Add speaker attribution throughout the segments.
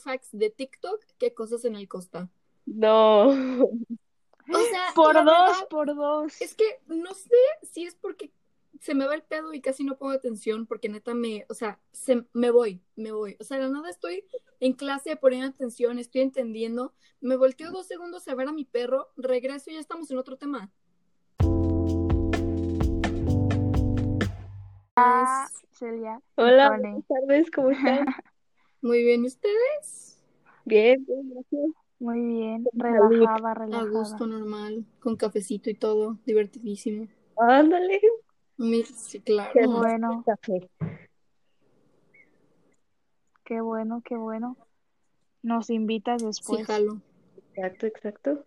Speaker 1: facts de TikTok que cosas en el Costa.
Speaker 2: No.
Speaker 1: O sea,
Speaker 3: Por
Speaker 1: la
Speaker 3: dos,
Speaker 1: verdad
Speaker 3: por dos.
Speaker 1: es que no sé si es porque se me va el pedo y casi no pongo atención porque neta me voy. O sea, de la nada estoy en clase poniendo atención, estoy entendiendo, me volteo 2 segundos a ver a mi perro, regreso y ya estamos en otro tema.
Speaker 3: Celia y
Speaker 2: Hola,
Speaker 3: Connie.
Speaker 2: buenas tardes, ¿cómo están?
Speaker 1: Muy bien, ¿y ustedes?
Speaker 2: Bien, bien, gracias.
Speaker 3: Muy bien,
Speaker 2: Salud.
Speaker 1: A gusto, normal, con cafecito y todo, divertidísimo.
Speaker 2: Ándale.
Speaker 1: Sí,
Speaker 2: Qué
Speaker 1: claro.
Speaker 3: Bueno,
Speaker 2: café.
Speaker 3: qué bueno, qué bueno. Nos invitas
Speaker 1: Sí,
Speaker 3: después.
Speaker 1: jalo.
Speaker 2: Exacto, exacto.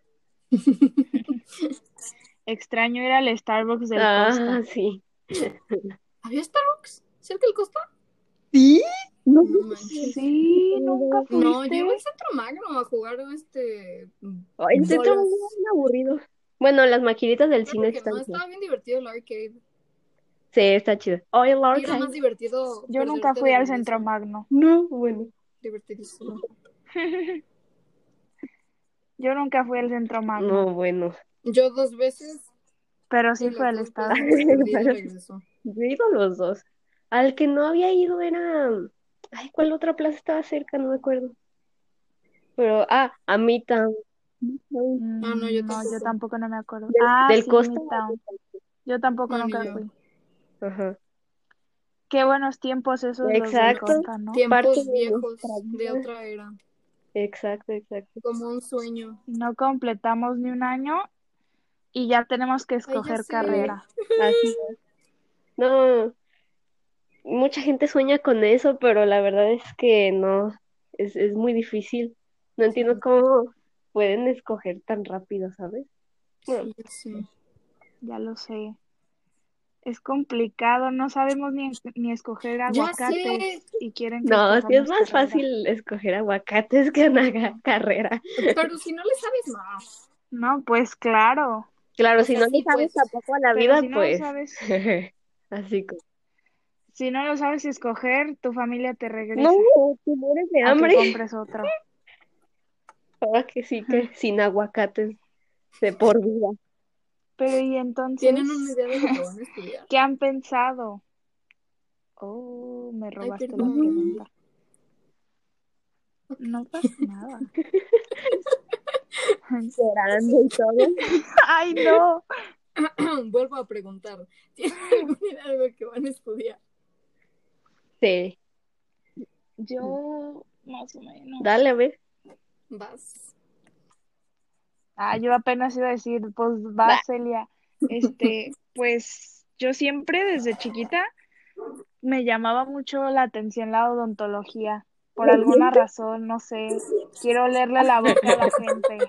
Speaker 3: Extraño ir al Starbucks del
Speaker 2: Ah,
Speaker 3: Costa.
Speaker 2: sí.
Speaker 1: ¿Había Starbucks cerca del Costa?
Speaker 2: ¿Sí? No,
Speaker 1: No manches.
Speaker 3: Sí, nunca
Speaker 1: No, yo
Speaker 3: fuiste.
Speaker 1: iba al Centro Magno a jugar
Speaker 2: Ay, el centro
Speaker 1: bolas.
Speaker 2: es bien aburrido. Bueno, las maquinitas del
Speaker 1: Claro
Speaker 2: cine
Speaker 1: que
Speaker 2: están
Speaker 1: no,
Speaker 2: chidas.
Speaker 1: estaba bien divertido el arcade.
Speaker 2: Sí, está chido. Ay, el
Speaker 1: Y era más
Speaker 2: arcade.
Speaker 1: divertido
Speaker 3: Yo nunca
Speaker 1: perderte
Speaker 3: fui
Speaker 1: de
Speaker 3: al Centro
Speaker 1: regreso.
Speaker 3: Magno.
Speaker 2: No, bueno.
Speaker 1: Divertidísimo.
Speaker 3: Yo nunca fui al Centro Magno,
Speaker 2: No, bueno.
Speaker 1: Yo 2 veces
Speaker 3: pero
Speaker 1: y
Speaker 3: sí fui
Speaker 1: las
Speaker 3: al
Speaker 1: 2 veces
Speaker 3: Starbucks.
Speaker 1: me perdí de
Speaker 2: Pero
Speaker 1: regreso.
Speaker 2: yo he ido a los dos. Al que no había ido era. Ay, ¿cuál otra plaza estaba cerca? No me acuerdo. Pero, a Midtown. Midtown.
Speaker 1: Ah, no, yo
Speaker 3: No, yo
Speaker 1: tampoco.
Speaker 3: tampoco no me acuerdo.
Speaker 2: Del,
Speaker 3: Ah,
Speaker 2: del
Speaker 3: sí,
Speaker 2: Costa.
Speaker 3: Midtown. Yo tampoco
Speaker 1: No, ni
Speaker 3: nunca
Speaker 1: yo.
Speaker 3: fui.
Speaker 2: Ajá.
Speaker 3: Qué buenos tiempos esos los del
Speaker 2: Exacto.
Speaker 3: Costa, ¿no?
Speaker 2: Parte
Speaker 1: Tiempos
Speaker 2: de nuestra
Speaker 1: viejos de
Speaker 2: vida.
Speaker 1: otra era.
Speaker 2: Exacto, exacto.
Speaker 1: Como un sueño.
Speaker 3: No completamos ni un año y ya tenemos que
Speaker 1: Ay, ya
Speaker 3: escoger
Speaker 1: sé.
Speaker 3: carrera.
Speaker 2: Así es. No, mucha gente sueña con eso, pero la verdad es que no, es muy difícil. No entiendo
Speaker 1: Sí,
Speaker 2: cómo pueden escoger tan rápido, ¿sabes? Bueno,
Speaker 1: sí, ya sé.
Speaker 3: Ya lo sé. Es complicado, no sabemos ni escoger
Speaker 1: Ya
Speaker 3: aguacates
Speaker 1: sé.
Speaker 3: y quieren que
Speaker 2: no, sí es
Speaker 3: escojamos
Speaker 2: más
Speaker 3: carrera.
Speaker 2: fácil escoger aguacates que una carrera.
Speaker 1: Pero si no le sabes, no.
Speaker 3: No, pues claro,
Speaker 2: Claro,
Speaker 1: O
Speaker 2: si
Speaker 1: sea,
Speaker 2: no le
Speaker 1: sí,
Speaker 2: sabes
Speaker 1: pues.
Speaker 2: tampoco a la
Speaker 3: pero
Speaker 2: vida,
Speaker 3: si no lo
Speaker 2: pues
Speaker 3: sabes,
Speaker 2: así como,
Speaker 3: si no lo sabes escoger, tu familia te
Speaker 2: no,
Speaker 3: regresa
Speaker 2: te mueres de
Speaker 3: a que
Speaker 2: hambre.
Speaker 3: compres otro.
Speaker 2: Ahora que sí, que sin aguacates de por vida.
Speaker 3: Pero y
Speaker 1: ¿Tienen una
Speaker 3: entonces,
Speaker 1: idea de lo que van a estudiar?
Speaker 3: ¿qué han pensado? Oh, me
Speaker 1: Ay,
Speaker 3: robaste la
Speaker 1: perdón.
Speaker 3: pregunta. No pasa nada.
Speaker 2: Llorando y todo.
Speaker 3: Ay, no.
Speaker 1: Vuelvo a preguntar. ¿Tienen alguna idea de lo que van a estudiar?
Speaker 2: Sí,
Speaker 3: Yo, más o menos.
Speaker 2: dale a ver.
Speaker 1: Vas.
Speaker 3: Yo apenas iba a decir, pues va,
Speaker 2: Va.
Speaker 3: Celia. Pues yo siempre desde chiquita me llamaba mucho la atención la odontología. Por alguna razón, no sé. Quiero olerle la boca a la gente.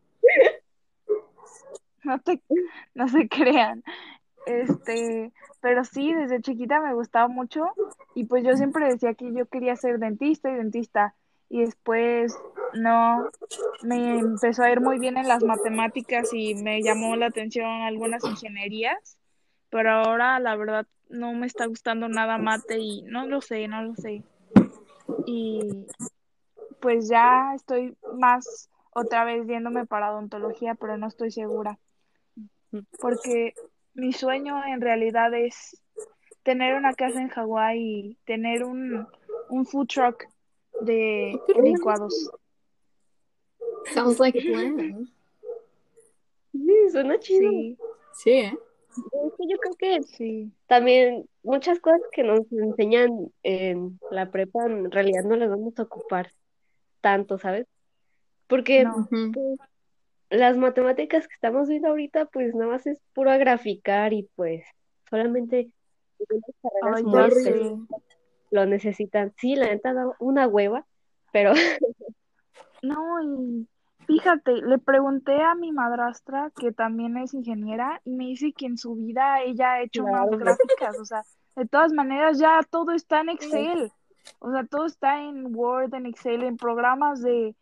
Speaker 3: No te, no se crean. Pero sí, desde chiquita me gustaba mucho y pues yo siempre decía que yo quería ser dentista y dentista y después no, me empezó a ir muy bien en las matemáticas y me llamó la atención algunas ingenierías, pero ahora la verdad no me está gustando nada mate y no lo sé, no lo sé. Y pues ya estoy más otra vez viéndome para odontología, pero no estoy segura porque mi sueño en realidad es tener una casa en Hawái y tener un food truck de licuados.
Speaker 1: Sounds like a plan.
Speaker 2: Sí, suena chido.
Speaker 3: Sí,
Speaker 1: Sí, ¿eh?
Speaker 2: Es que yo creo que
Speaker 3: sí,
Speaker 2: también muchas cosas que nos enseñan en la prepa en realidad no las vamos a ocupar tanto, ¿sabes? Porque
Speaker 3: no.
Speaker 1: Ujú.
Speaker 2: pues, las matemáticas que estamos viendo ahorita, pues nada más es puro a graficar y pues solamente unas carreras
Speaker 3: Ay,
Speaker 2: muy
Speaker 3: ya
Speaker 1: Horrible.
Speaker 3: sé.
Speaker 2: específicas lo necesitan. Sí, la neta da una hueva, pero
Speaker 3: No, y fíjate, le pregunté a mi madrastra, que también es ingeniera, y me dice que en su vida ella ha hecho más
Speaker 2: claro,
Speaker 3: gráficas. O sea, de todas maneras ya todo está en Excel. O sea, todo está en Word, en Excel, en programas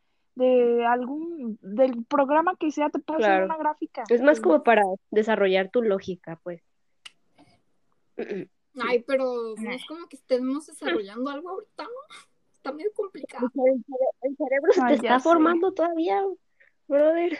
Speaker 3: del programa que sea, te puede hacer
Speaker 2: claro.
Speaker 3: una gráfica.
Speaker 2: Es más como para desarrollar tu lógica, pues.
Speaker 1: Ay, pero no
Speaker 3: Nah.
Speaker 1: es como que estemos desarrollando algo ahorita, ¿no? está medio complicado.
Speaker 2: El cerebro se te
Speaker 3: Ay, ya
Speaker 2: está
Speaker 3: sé.
Speaker 2: formando todavía, brother.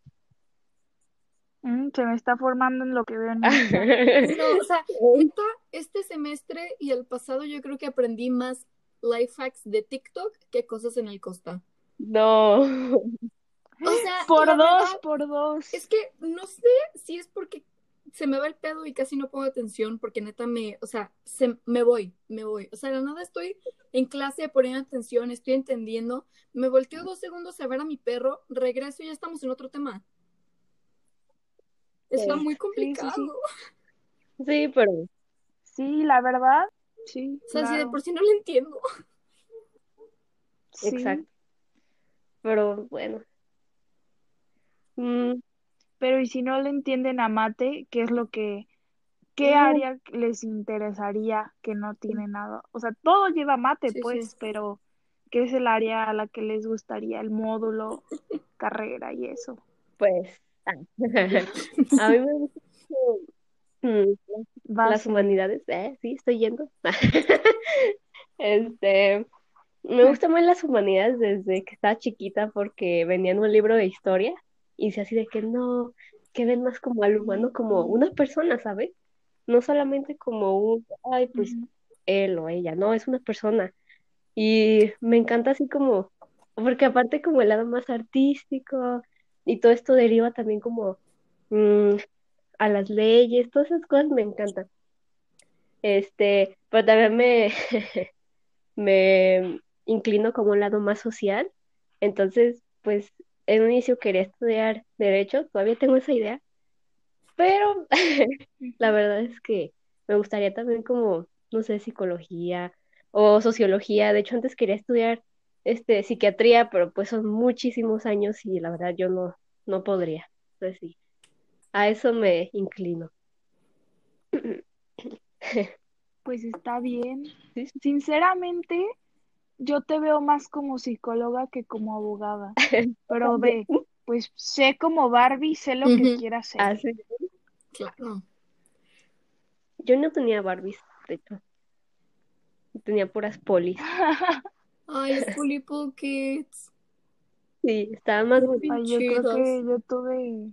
Speaker 3: Se me está formando en lo que veo en Insta.
Speaker 1: No, o sea, neta, este semestre y el pasado yo creo que aprendí más life hacks de TikTok que cosas en el Costa.
Speaker 2: No.
Speaker 1: O sea,
Speaker 3: Por
Speaker 1: la
Speaker 3: dos,
Speaker 1: verdad
Speaker 3: por dos.
Speaker 1: es que no sé si es porque se me va el pedo y casi no pongo atención porque neta o sea, me voy. O sea, de la nada estoy en clase poniendo atención, estoy entendiendo, me volteo 2 segundos a ver a mi perro, regreso y ya estamos en otro tema. Está muy
Speaker 3: Sí, sí,
Speaker 1: complicado.
Speaker 3: sí.
Speaker 2: Sí, pero
Speaker 3: Sí, la verdad, sí,
Speaker 1: O sea, si de
Speaker 3: claro.
Speaker 1: por sí no lo entiendo.
Speaker 3: Sí,
Speaker 2: exacto. Pero bueno. Mm,
Speaker 3: pero ¿y si no le entienden a mate, qué es lo que, qué
Speaker 2: mm,
Speaker 3: área les interesaría que no tiene nada? O sea, todo lleva mate,
Speaker 1: Sí, sí.
Speaker 3: pues, pero ¿qué es el área a la que les gustaría, el módulo, carrera y eso?
Speaker 2: pues. A mí me gusta mucho, mm, las
Speaker 3: Base.
Speaker 2: humanidades, sí, estoy yendo. Este, me gustan más las humanidades desde que estaba chiquita porque venía en un libro de historia y se así de que no, que ven más como al humano como una persona, ¿sabes? No solamente como ay, pues
Speaker 3: Ujú.
Speaker 2: él o ella, no, es una persona. Y me encanta así como, porque aparte como el lado más artístico y todo esto deriva también como mm, a las leyes, todas esas cosas me encantan. Pero también me inclino como un lado más social. Entonces, pues en un inicio quería estudiar derecho, todavía tengo esa idea, pero la
Speaker 3: Ujú.
Speaker 2: verdad es que me gustaría también como, no sé, psicología o sociología. De hecho, antes quería estudiar psiquiatría, pero pues son muchísimos años y la verdad yo no podría. Entonces sí, a eso me inclino.
Speaker 3: Pues está bien.
Speaker 2: Sí, sí.
Speaker 3: Sinceramente, yo te veo más como psicóloga que como abogada.
Speaker 2: Yo
Speaker 3: Pero
Speaker 2: también.
Speaker 3: ve, pues sé como Barbie, sé lo que
Speaker 1: Ujú,
Speaker 3: quiera hacer.
Speaker 2: Así.
Speaker 1: claro.
Speaker 2: Yo no tenía Barbies, de hecho, tenía puras polis.
Speaker 1: Ay, los Polly Pockets.
Speaker 2: Sí, estaban más bonitas.
Speaker 1: Bien
Speaker 3: Ay, yo creo
Speaker 1: chidos.
Speaker 3: que yo tuve,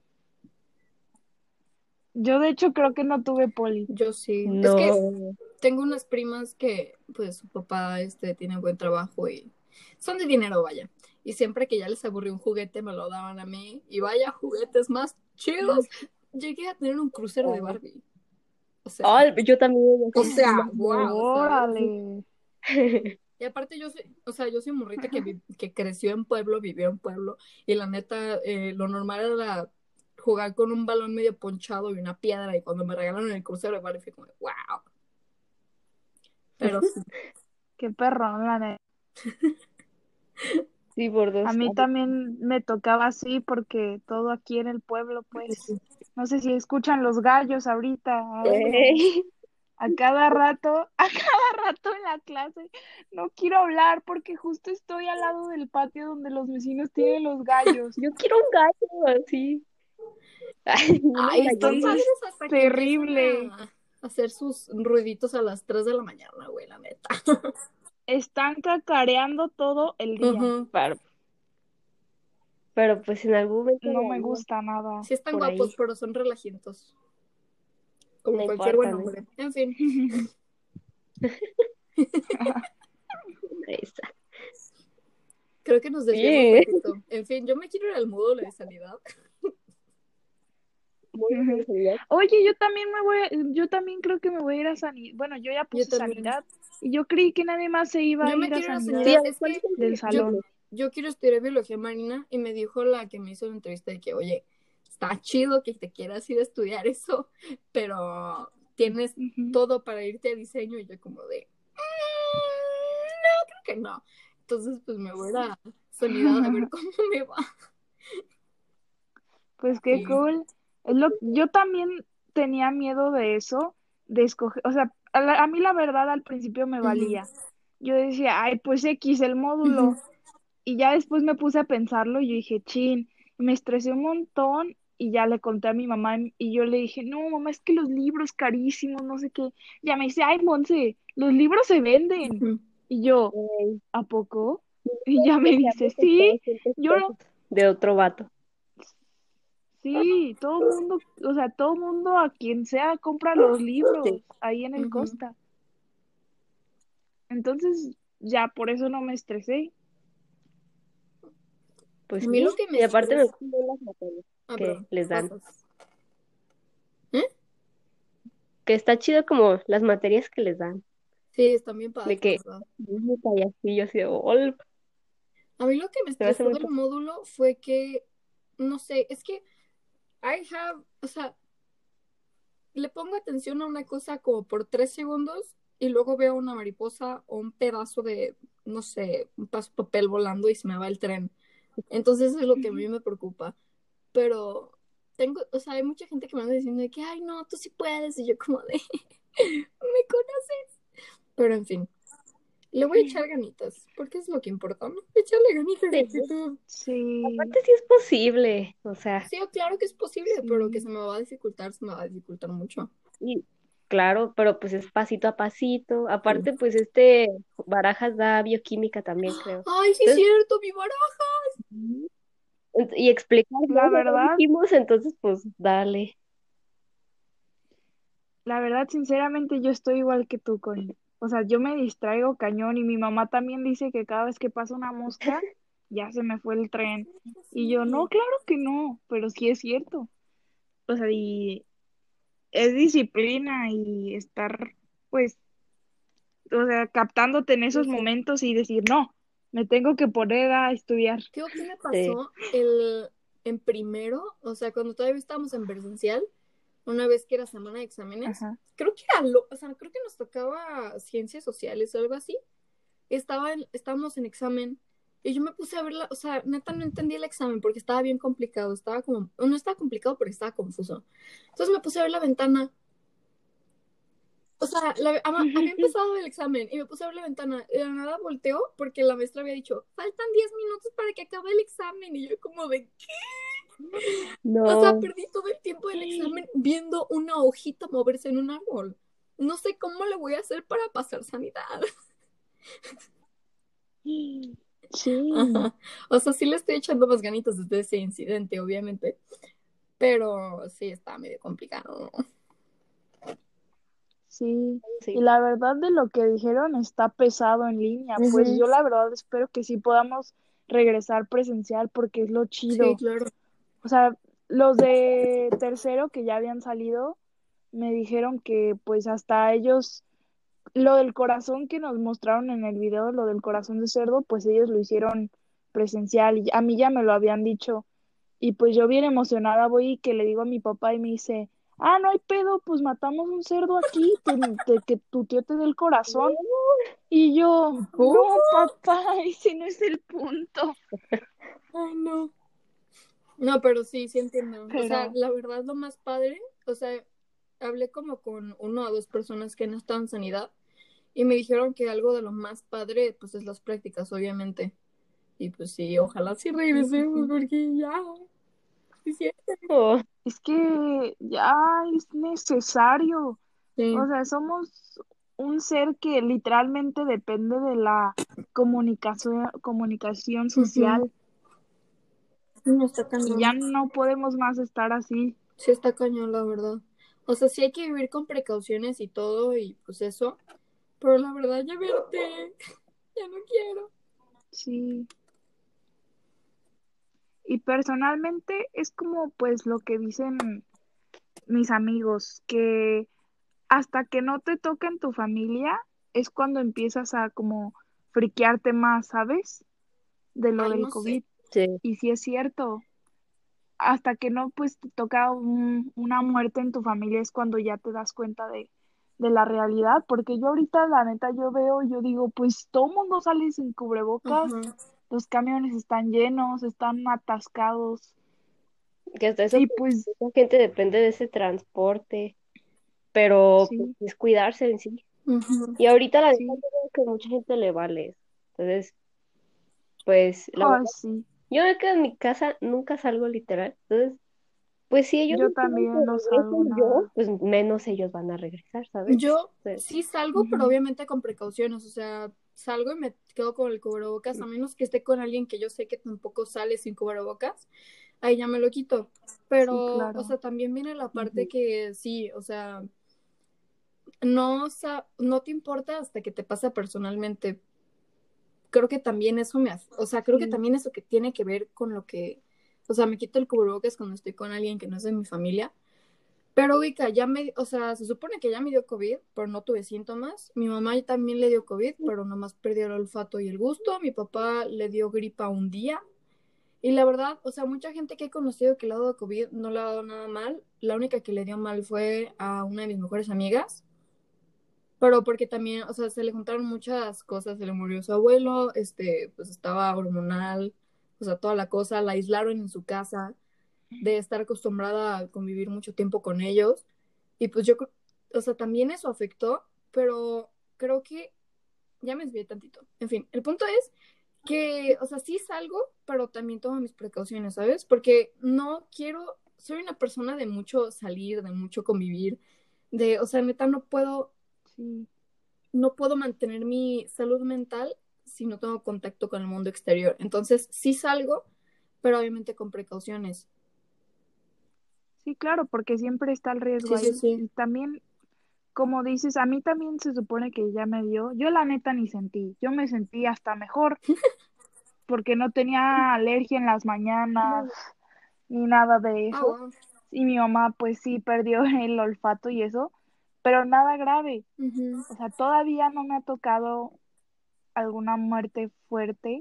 Speaker 3: yo de hecho creo que no tuve poli.
Speaker 1: Yo sí. Es que
Speaker 2: No.
Speaker 1: tengo unas primas que, pues, su papá, tiene buen trabajo y son de dinero, vaya. Y siempre que ya les aburrió un juguete, me lo daban a mí. Y vaya juguetes más chidos. Llegué a tener un crucero de
Speaker 2: Oh,
Speaker 1: Barbie. O sea,
Speaker 2: oh, yo también.
Speaker 1: wow, ¿sabes?
Speaker 3: Órale.
Speaker 1: Y aparte yo soy morrita que creció en pueblo, vivió en pueblo, y la neta, lo normal era jugar con un balón medio ponchado y una piedra, y cuando me regalaron el crucero de Barbie fue como, wow. Pero sí.
Speaker 3: Qué perrón, la neta.
Speaker 2: Sí, por
Speaker 3: A
Speaker 2: dos.
Speaker 3: mí también me tocaba así porque todo aquí en el pueblo, pues, no sé si escuchan los gallos ahorita, a ver,
Speaker 2: Ey,
Speaker 3: a cada rato, a cada rato en la clase, no quiero hablar porque justo estoy al lado del patio donde los vecinos tienen los gallos.
Speaker 2: yo quiero un gallo así. Ay, unos
Speaker 1: Ay, están
Speaker 2: gallitos.
Speaker 1: padres
Speaker 3: Entonces,
Speaker 1: hasta que empiezan
Speaker 3: terrible.
Speaker 1: a hacer sus ruiditos a las 3 de la mañana, güey, la neta.
Speaker 3: Están cacareando todo el día.
Speaker 1: Ujú.
Speaker 2: Pero pues en algún momento de
Speaker 3: No
Speaker 2: la
Speaker 3: me
Speaker 2: vida,
Speaker 3: gusta nada.
Speaker 1: Sí están
Speaker 2: por
Speaker 1: guapos,
Speaker 2: ahí,
Speaker 1: pero son relajientos, como
Speaker 2: no
Speaker 1: cualquier buen
Speaker 2: importa, no
Speaker 1: hombre.
Speaker 2: importa.
Speaker 1: En fin,
Speaker 2: Esa.
Speaker 1: creo que nos desviamos
Speaker 2: Sí,
Speaker 1: tantito. En fin, yo me quiero ir al módulo de sanidad.
Speaker 2: muy bien, genial.
Speaker 3: Oye, yo también creo que me voy a ir a sanidad. Bueno, yo ya
Speaker 1: Yo
Speaker 3: puse
Speaker 1: también.
Speaker 3: sanidad y yo creí que nadie más se iba a
Speaker 1: Yo me
Speaker 3: ir a
Speaker 1: quiero ir a
Speaker 3: sanidad
Speaker 2: Sí, a
Speaker 1: sanidad.
Speaker 2: ver,
Speaker 1: Es
Speaker 2: ¿cuáles
Speaker 1: que
Speaker 2: son tus
Speaker 3: del
Speaker 1: yo,
Speaker 3: salón.
Speaker 2: requisitos?
Speaker 1: yo quiero estudiar biología marina y me dijo la que me hizo la entrevista de que, oye, está chido que te quieras ir a estudiar eso, pero tienes
Speaker 3: Ujú.
Speaker 1: todo para irte a diseño y yo como de, no, creo que no. Entonces, pues me voy a ir a sanidad a ver cómo me va.
Speaker 3: Pues qué
Speaker 1: Sí.
Speaker 3: cool. Yo también tenía miedo de eso, de escoger, o sea, a mí la verdad al principio me
Speaker 1: Ujú,
Speaker 3: valía. Yo decía, ay, pues X el
Speaker 1: ujú.
Speaker 3: módulo. Y ya después me puse a pensarlo y yo dije, chin, me estresé un montón y ya le conté a mi mamá y yo le dije, no, mamá, es que los libros carísimos, no sé qué. Ya me dice, ay, Monse, los libros se venden. Y yo,
Speaker 2: Ey,
Speaker 3: ¿a poco? Y ya me dice,
Speaker 2: deseamos
Speaker 3: sí,
Speaker 2: estar 200
Speaker 3: yo no,
Speaker 2: pesos de otro vato.
Speaker 3: sí, todo el mundo, o sea, todo el mundo a quien sea compra los
Speaker 2: Sí,
Speaker 3: libros ahí en el
Speaker 1: Ujú.
Speaker 3: Costa. Entonces, ya por eso no me estresé.
Speaker 1: A
Speaker 2: pues
Speaker 1: mí
Speaker 2: sí.
Speaker 1: lo que me
Speaker 2: Y aparte me
Speaker 1: estresa.
Speaker 2: gustan las materias
Speaker 1: Ah,
Speaker 2: que
Speaker 1: perdón,
Speaker 2: les dan.
Speaker 1: pasas. ¿Eh?
Speaker 2: Que está chido como las materias que les dan.
Speaker 1: Sí, están bien
Speaker 2: De
Speaker 1: padres, la
Speaker 2: que
Speaker 1: verdad.
Speaker 2: y así, yo así, de, "Ol",
Speaker 1: A mí lo que me
Speaker 2: se me hace
Speaker 1: estresó
Speaker 2: muy
Speaker 1: del
Speaker 2: padre.
Speaker 1: módulo fue que, no sé, es que o sea, le pongo atención a una cosa como por 3 segundos y luego veo una mariposa o un pedazo de, no sé, un paso de papel volando y se me va el tren. Entonces eso es lo que a mí me preocupa. Pero o sea, hay mucha gente que me anda diciendo de que, ay, no, tú sí puedes. Y yo como de, me conoces. Pero en fin, le voy a echar ganitas, porque es lo que importa, ¿no? Echarle ganitas y
Speaker 2: Sí,
Speaker 1: actitud.
Speaker 3: Sí,
Speaker 2: aparte sí es posible, o sea,
Speaker 1: Sí, claro que es posible, pero que
Speaker 3: sí.
Speaker 1: se me va a dificultar, se me va a dificultar mucho.
Speaker 2: y claro, pero pues es pasito a pasito.
Speaker 1: Sí.
Speaker 2: Aparte, pues Barajas da bioquímica también, creo.
Speaker 1: Ay, sí es
Speaker 2: Entonces,
Speaker 1: cierto, mi vara.
Speaker 2: ujú, y explicar
Speaker 3: La
Speaker 2: bien lo que
Speaker 3: verdad,
Speaker 2: dijimos, entonces pues dale.
Speaker 3: la verdad, sinceramente, yo estoy igual que tú, Connie. O sea, yo me distraigo cañón y mi mamá también dice que cada vez que pasa una mosca, ya se me fue el tren. Y yo, no,
Speaker 1: Sí.
Speaker 3: claro que no, pero sí es cierto. O sea, y es disciplina y estar, pues, o sea, captándote en
Speaker 1: Sí,
Speaker 3: esos
Speaker 1: sí.
Speaker 3: momentos y decir, no, me tengo que poner a estudiar.
Speaker 1: ¿Qué me
Speaker 2: Sí.
Speaker 1: pasó en primero? O sea, cuando todavía estábamos en presencial, una vez que era semana de exámenes,
Speaker 3: Ajá.
Speaker 1: creo que o sea, creo que nos tocaba ciencias sociales o algo así. Estábamos en examen y yo me puse a verla, o sea, neta no entendí el examen porque estaba bien complicado, estaba como, no estaba complicado porque estaba confuso. Entonces me puse a ver la ventana. O sea, había empezado el examen y me puse a ver la ventana. Y de la nada volteó porque la maestra había dicho, faltan 10 minutos para que acabe el examen. Y yo como de, ¿qué? O sea,
Speaker 2: No,
Speaker 1: perdí todo el tiempo del examen viendo una hojita moverse en un árbol. No sé cómo le voy a hacer para pasar sanidad.
Speaker 3: Sí,
Speaker 1: Ajá. O sea, sí le estoy echando más ganitas desde ese incidente, obviamente. Pero sí está medio complicado.
Speaker 3: sí. Y
Speaker 2: sí.
Speaker 3: la verdad de lo que dijeron está pesado en línea. Pues
Speaker 1: Ujú.
Speaker 3: yo la verdad espero que sí podamos regresar presencial porque es lo
Speaker 1: Sí,
Speaker 3: chido.
Speaker 1: claro.
Speaker 3: O sea, los de tercero que ya habían salido me dijeron que pues hasta ellos, lo del corazón que nos mostraron en el video, lo del corazón de cerdo, pues ellos lo hicieron presencial y a mí ya me lo habían dicho. Y pues yo bien emocionada voy y que le digo a mi papá y me dice, ah, no hay pedo, pues matamos un cerdo aquí, que tu tío te dé el corazón. Y yo,
Speaker 1: ¿Cómo?
Speaker 3: no, papá, ese no es el punto.
Speaker 1: Ay, no. No, pero sí, sí entiendo. O sea,
Speaker 3: Pero
Speaker 1: la verdad lo más padre, o sea, hablé como con una o dos personas que no están en sanidad y me dijeron que algo de lo más padre, pues es las prácticas, obviamente. Y pues sí, ojalá sí regresemos porque ya, sí, sí.
Speaker 2: Oh,
Speaker 3: es que ya es necesario. O
Speaker 1: Sí,
Speaker 3: sea, somos un ser que literalmente depende de la comunicación
Speaker 1: ujú.
Speaker 3: social
Speaker 1: Sí, no está
Speaker 3: y ya
Speaker 1: cañón.
Speaker 3: no podemos más estar así.
Speaker 1: Sí está cañón, la verdad. O sea, sí hay que vivir con precauciones y todo y pues eso, pero la verdad ya verte, ya no quiero.
Speaker 3: Sí. Y personalmente es como pues lo que dicen mis amigos, que hasta que no te toca en tu familia es cuando empiezas a como friquearte más, ¿sabes? De lo
Speaker 1: Ay,
Speaker 3: del
Speaker 1: no sé.
Speaker 3: COVID.
Speaker 2: sí.
Speaker 3: Y sí es cierto, hasta que no pues te toca una muerte en tu familia es cuando ya te das cuenta de la realidad, porque yo ahorita la neta yo veo, yo digo, pues todo el mundo sale sin cubrebocas,
Speaker 1: Ajá.
Speaker 3: los camiones están llenos, están atascados.
Speaker 2: Que hasta eso,
Speaker 3: Y
Speaker 2: pues,
Speaker 3: pues
Speaker 2: mucha gente depende de ese transporte, pero pues
Speaker 3: sí,
Speaker 2: es cuidarse en sí.
Speaker 1: Ujú.
Speaker 2: Y ahorita la verdad
Speaker 3: sí,
Speaker 2: yo veo que mucha gente le vale eso. Entonces, pues la
Speaker 3: ay,
Speaker 2: verdad,
Speaker 3: sí,
Speaker 2: yo me quedo en mi casa, nunca salgo literal. Entonces, pues si ellos
Speaker 3: yo
Speaker 2: no quieren que
Speaker 3: también no salgo
Speaker 2: regresen yo,
Speaker 3: nada.
Speaker 2: pues menos ellos van a regresar, ¿sabes?
Speaker 1: Yo
Speaker 2: Entonces,
Speaker 1: sí salgo, pero
Speaker 3: Ujú.
Speaker 1: obviamente con precauciones, o sea, salgo y me quedo con el cubrebocas, a menos que esté con alguien que yo sé que tampoco sale sin cubrebocas, ahí ya me lo quito.
Speaker 3: Sí,
Speaker 1: Pero, o
Speaker 3: claro.
Speaker 1: sea, también viene la parte
Speaker 2: Ujú.
Speaker 1: que sí, o sea, no, no te importa hasta que te pasa personalmente. Creo que también eso o sea, creo que
Speaker 3: Sí,
Speaker 1: también eso que tiene que ver con lo que, o sea, me quito el cubrebocas cuando estoy con alguien que no es de mi familia. Pero ubica, o sea, se supone que ya me dio COVID, pero no tuve síntomas. Mi mamá también le dio COVID, pero nomás perdió el olfato y el gusto. Mi papá le dio gripa un día. Y la verdad, o sea, mucha gente que he conocido que le ha dado COVID no le ha dado nada mal. La única que le dio mal fue a una de mis mejores amigas. Pero porque también, o sea, se le juntaron muchas cosas. Se le murió su abuelo, pues estaba hormonal, o sea, toda la cosa. La aislaron en su casa de estar acostumbrada a convivir mucho tiempo con ellos. Y pues o sea, también eso afectó, pero creo que ya me desvié tantito. En fin, el punto es que, o sea, sí salgo, pero también tomo mis precauciones, ¿sabes? Porque no quiero, soy una persona de mucho salir, de mucho convivir, o sea, neta,
Speaker 3: sí.
Speaker 1: no puedo mantener mi salud mental si no tengo contacto con el mundo exterior. Entonces, sí salgo, pero obviamente con precauciones.
Speaker 3: Sí, claro, porque siempre está el riesgo
Speaker 1: Sí, sí,
Speaker 3: ahí.
Speaker 1: sí.
Speaker 3: Y también, como dices, a mí también se supone que ya me dio. Yo la neta ni sentí. Yo me sentí hasta mejor porque no tenía alergia en las mañanas ni nada de
Speaker 1: Ah,
Speaker 3: eso.
Speaker 1: wow.
Speaker 3: Y mi mamá pues sí perdió el olfato y eso, pero nada grave.
Speaker 1: Ujú.
Speaker 3: O sea, todavía no me ha tocado alguna muerte fuerte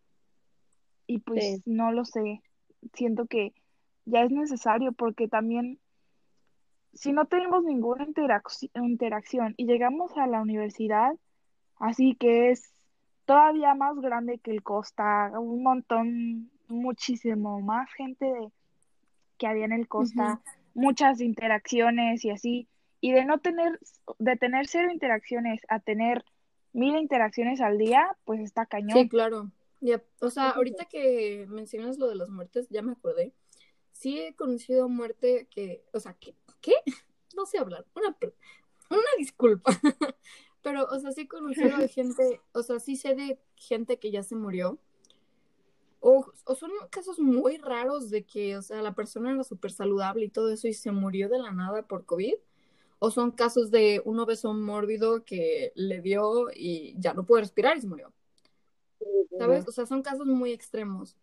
Speaker 3: y pues
Speaker 2: Sí.
Speaker 3: no lo sé. Siento que ya es necesario porque también si no tenemos ninguna interacción y llegamos a la universidad, así que es todavía más grande que el Costa, un montón, muchísimo más gente que había en el
Speaker 1: Ujú.
Speaker 3: Costa, muchas interacciones y así, y de tener 0 interacciones a tener 1000 interacciones al día, pues está
Speaker 1: Sí,
Speaker 3: cañón.
Speaker 1: claro. Ya, o sea,
Speaker 2: Eso
Speaker 1: ahorita que mencionas lo de las muertes, ya me acordé. Sí he conocido muerte o sea, ¿qué? No sé hablar. Una disculpa. Pero, o sea, sí he conocido de gente, o sea, sí sé de gente que ya se murió. O son casos muy raros de que, o sea, la persona era súper saludable y todo eso y se murió de la nada por COVID. O son casos de un obeso mórbido que le dio y ya no puede respirar y se murió. ¿Sabes?
Speaker 2: sí.
Speaker 1: O sea, son casos muy extremos.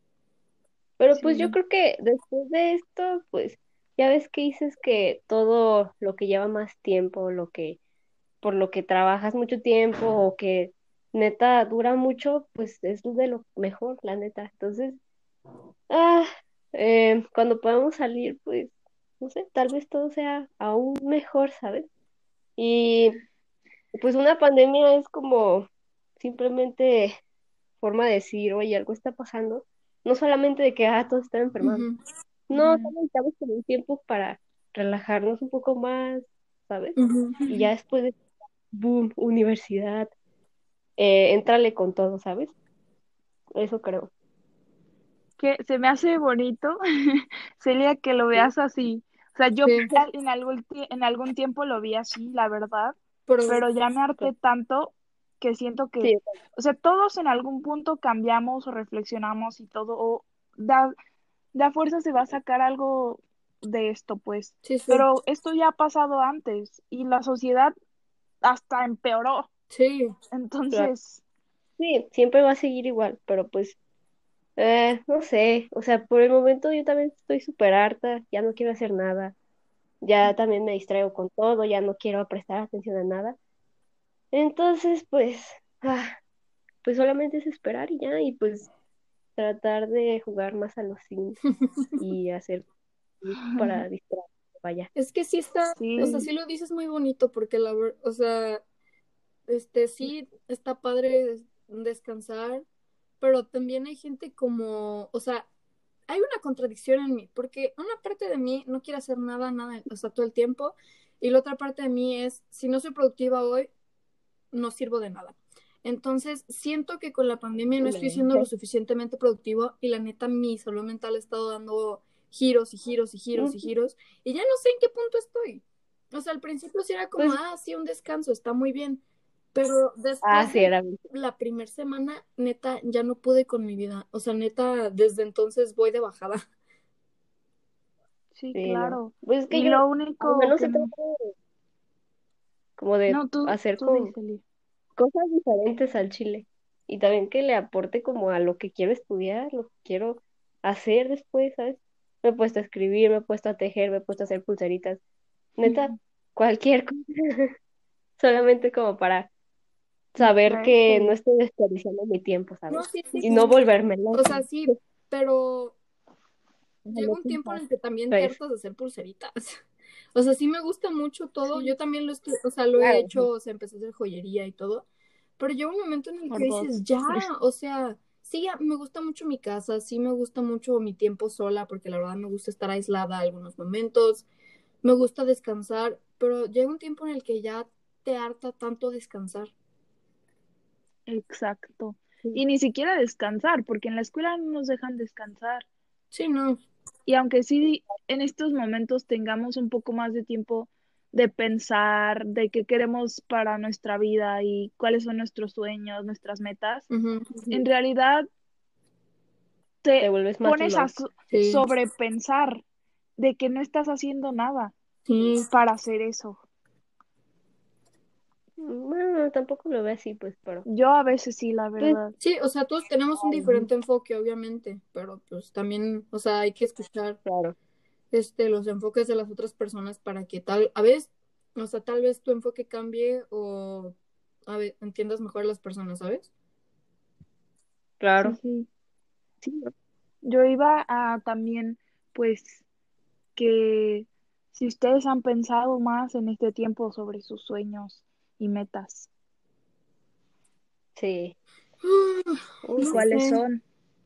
Speaker 2: Pero pues yo
Speaker 3: Sí,
Speaker 2: creo que después de esto, pues ya ves que dices que todo lo que lleva más tiempo, por lo que trabajas mucho tiempo o que neta dura mucho, pues es de lo mejor, la neta. Entonces, ah, cuando podamos salir, pues, no sé, tal vez todo sea aún mejor, ¿sabes? Y pues una pandemia es como simplemente forma de decir, oye, algo está pasando. No solamente de que, todos están enfermados.
Speaker 1: Ujú,
Speaker 2: No,
Speaker 3: ujú.
Speaker 2: también necesitamos como un tiempo para relajarnos un poco más, ¿sabes?
Speaker 1: ujú.
Speaker 2: Y ya después de, boom, universidad, entrale con todo, ¿sabes? Eso creo.
Speaker 3: Que se me hace bonito, Celia, que lo
Speaker 2: Sí,
Speaker 3: veas así. O sea, yo
Speaker 1: Sí,
Speaker 3: en algún tiempo lo vi así, la verdad,
Speaker 1: pero
Speaker 3: pero ya me
Speaker 2: claro.
Speaker 3: harté tanto que siento que,
Speaker 2: Sí,
Speaker 3: o sea, todos en algún punto cambiamos o reflexionamos y todo, o da, da fuerza se va a sacar algo de esto, pues.
Speaker 1: sí, sí,
Speaker 3: Pero esto ya ha pasado antes y la sociedad hasta empeoró.
Speaker 1: sí.
Speaker 2: claro.
Speaker 3: Entonces,
Speaker 2: Sí, siempre va a seguir igual, pero pues, no sé, o sea, por el momento yo también estoy súper harta, ya no quiero hacer nada, ya también me distraigo con todo, ya no quiero prestar atención a nada. Entonces, pues, pues solamente es esperar y ya, y pues tratar de jugar más a los Sims y hacer para distraer, vaya.
Speaker 1: Es que sí está, o sea,
Speaker 3: sí,
Speaker 1: sí lo dices muy bonito porque o sea, sí está padre descansar, pero también hay gente como, o sea, hay una contradicción en mí, porque una parte de mí no quiere hacer nada, nada, o sea, todo el tiempo, y la otra parte de mí es, si no soy productiva hoy, no sirvo de nada. Entonces, siento que con la pandemia no estoy siendo lo suficientemente productivo y la neta mi salud mental ha estado dando giros y giros y giros y giros y ya no sé en qué punto estoy. O sea, al principio sí era como,
Speaker 2: Pues
Speaker 1: sí, un descanso, está muy bien, Pero
Speaker 2: Ah,
Speaker 1: después
Speaker 2: sí,
Speaker 1: de
Speaker 2: era.
Speaker 1: la primera semana, neta, ya no pude con mi vida. O sea, neta, desde entonces voy de bajada.
Speaker 3: Sí,
Speaker 2: Sí, no.
Speaker 3: claro.
Speaker 2: Pues es que
Speaker 3: Y
Speaker 2: yo,
Speaker 3: lo
Speaker 2: al
Speaker 3: único
Speaker 2: menos
Speaker 3: que...
Speaker 2: se trata como de
Speaker 3: No, tú,
Speaker 2: hacer
Speaker 3: tú
Speaker 2: con
Speaker 3: dísele.
Speaker 2: cosas diferentes al chile. Y también que le aporte como a lo que quiero estudiar, lo que quiero hacer después, ¿sabes? Me he puesto a escribir, me he puesto a tejer, me he puesto a hacer pulseritas. Neta, cualquier cosa. Solamente como para saber que no
Speaker 3: Distraerse.
Speaker 2: estoy desperdiciando mi tiempo,
Speaker 1: No,
Speaker 2: ¿sabes?
Speaker 1: sí, sí,
Speaker 2: Y
Speaker 1: sí.
Speaker 2: no volverme loca.
Speaker 1: O sea, sí, pero llega
Speaker 2: Déjame
Speaker 1: un tiempo en
Speaker 2: pensar.
Speaker 1: el que también te
Speaker 2: Pues,
Speaker 1: hartas de hacer pulseritas. O sea, sí me gusta mucho todo. Yo
Speaker 3: Sí,
Speaker 1: también o sea, lo he
Speaker 2: claro,
Speaker 1: hecho, o sea, empecé a hacer joyería y todo. Pero llega un momento en el que
Speaker 3: por
Speaker 1: dices,
Speaker 3: dos.
Speaker 1: ya, o sea, sí, me gusta mucho mi casa, sí me gusta mucho mi tiempo sola, porque la verdad me gusta estar aislada algunos momentos, me gusta descansar, pero llega un tiempo en el que ya te harta tanto descansar.
Speaker 3: Exacto.
Speaker 2: sí.
Speaker 3: Y ni siquiera descansar, porque en la escuela no nos dejan descansar.
Speaker 1: Sí, no.
Speaker 3: Y aunque sí en estos momentos tengamos un poco más de tiempo de pensar de qué queremos para nuestra vida y cuáles son nuestros sueños, nuestras metas,
Speaker 1: Ujú.
Speaker 3: en
Speaker 2: Ujú.
Speaker 3: realidad
Speaker 2: Te
Speaker 3: te
Speaker 2: vuelves más
Speaker 3: pones a
Speaker 2: loco.
Speaker 1: Sí,
Speaker 3: sobrepensar de que no estás haciendo nada
Speaker 1: sí.
Speaker 3: para hacer eso.
Speaker 2: Bueno, tampoco lo veo así, pues, pero
Speaker 3: Yo a veces sí, la
Speaker 2: pues,
Speaker 3: verdad.
Speaker 1: Sí, o sea, todos tenemos un
Speaker 2: ujú,
Speaker 1: diferente enfoque, obviamente, pero pues también, o sea, hay que escuchar
Speaker 2: claro.
Speaker 1: los enfoques de las otras personas para que a veces, o sea, tal vez tu enfoque cambie o entiendas mejor a las personas, ¿sabes?
Speaker 3: Sí,
Speaker 2: Claro.
Speaker 3: sí. Sí, yo iba a también, pues, que si ustedes han pensado más en este tiempo sobre sus sueños y metas,
Speaker 2: Sí.
Speaker 1: No
Speaker 2: Sí.
Speaker 3: ¿cuáles
Speaker 1: sé.
Speaker 3: son?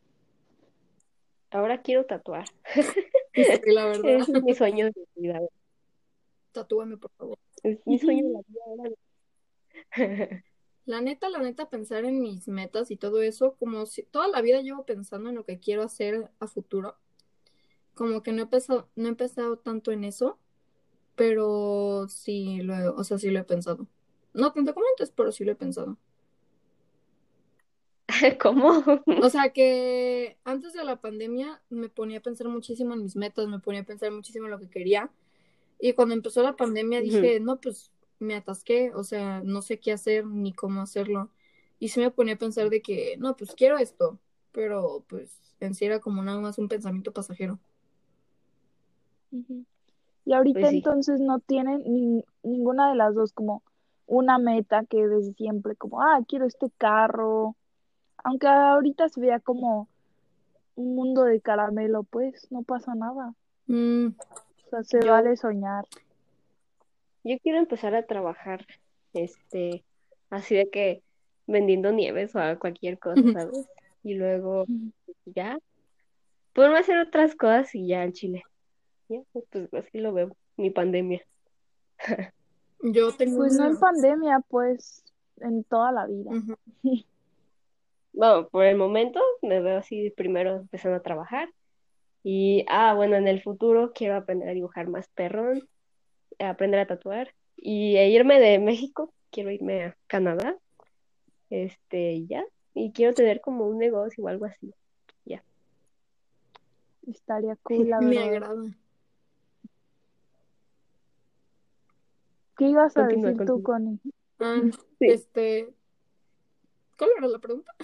Speaker 2: Ahora quiero tatuar.
Speaker 1: Sí, la verdad.
Speaker 2: Ese es mi sueño de vida.
Speaker 1: Tatúame, por favor.
Speaker 2: Es mi sueño de la vida ahora.
Speaker 1: La neta, pensar en mis metas y todo eso, como si toda la vida llevo pensando en lo que quiero hacer a futuro, como que no he empezado tanto en eso, pero o sea, sí lo he pensado. No tanto como antes, pero sí lo he pensado.
Speaker 2: ¿Cómo?
Speaker 1: O sea que antes de la pandemia me ponía a pensar muchísimo en mis metas, me ponía a pensar muchísimo en lo que quería. Y cuando empezó la pandemia
Speaker 2: Ujú.
Speaker 1: dije, no, pues me atasqué, o sea, no sé qué hacer ni cómo hacerlo. Y sí me ponía a pensar de que, no, pues quiero esto, pero pues en sí era como nada más un pensamiento pasajero.
Speaker 3: Ujú. Y ahorita
Speaker 2: Pues sí.
Speaker 3: entonces no tienen ninguna de las dos como una meta que desde siempre, como, quiero este carro, aunque ahorita se vea como un mundo de caramelo, pues no pasa nada,
Speaker 1: Mm,
Speaker 3: o sea, se
Speaker 2: Yo,
Speaker 3: vale soñar.
Speaker 2: yo quiero empezar a trabajar, este, así de que vendiendo nieves o cualquier cosa, ¿sabes? Y luego ya, poderme hacer otras cosas y ya en Chile. Ya, pues así lo veo, mi pandemia.
Speaker 1: yo tengo
Speaker 3: Pues no en
Speaker 1: una...
Speaker 3: pandemia, pues en toda la vida.
Speaker 1: Ujú.
Speaker 2: Bueno, por el momento me veo así primero empezando a trabajar y, bueno, en el futuro quiero aprender a dibujar más perrón, aprender a tatuar y irme de México, quiero irme a Canadá, ya, y quiero tener como un negocio o algo así, ya.
Speaker 3: Estaría cool, la
Speaker 1: Me
Speaker 3: verdad.
Speaker 1: agrada.
Speaker 3: ¿Qué ibas a
Speaker 2: Continúa,
Speaker 3: decir tú,
Speaker 2: continúa.
Speaker 3: Connie?
Speaker 1: Ah,
Speaker 2: Sí.
Speaker 1: ¿Cuál era la pregunta?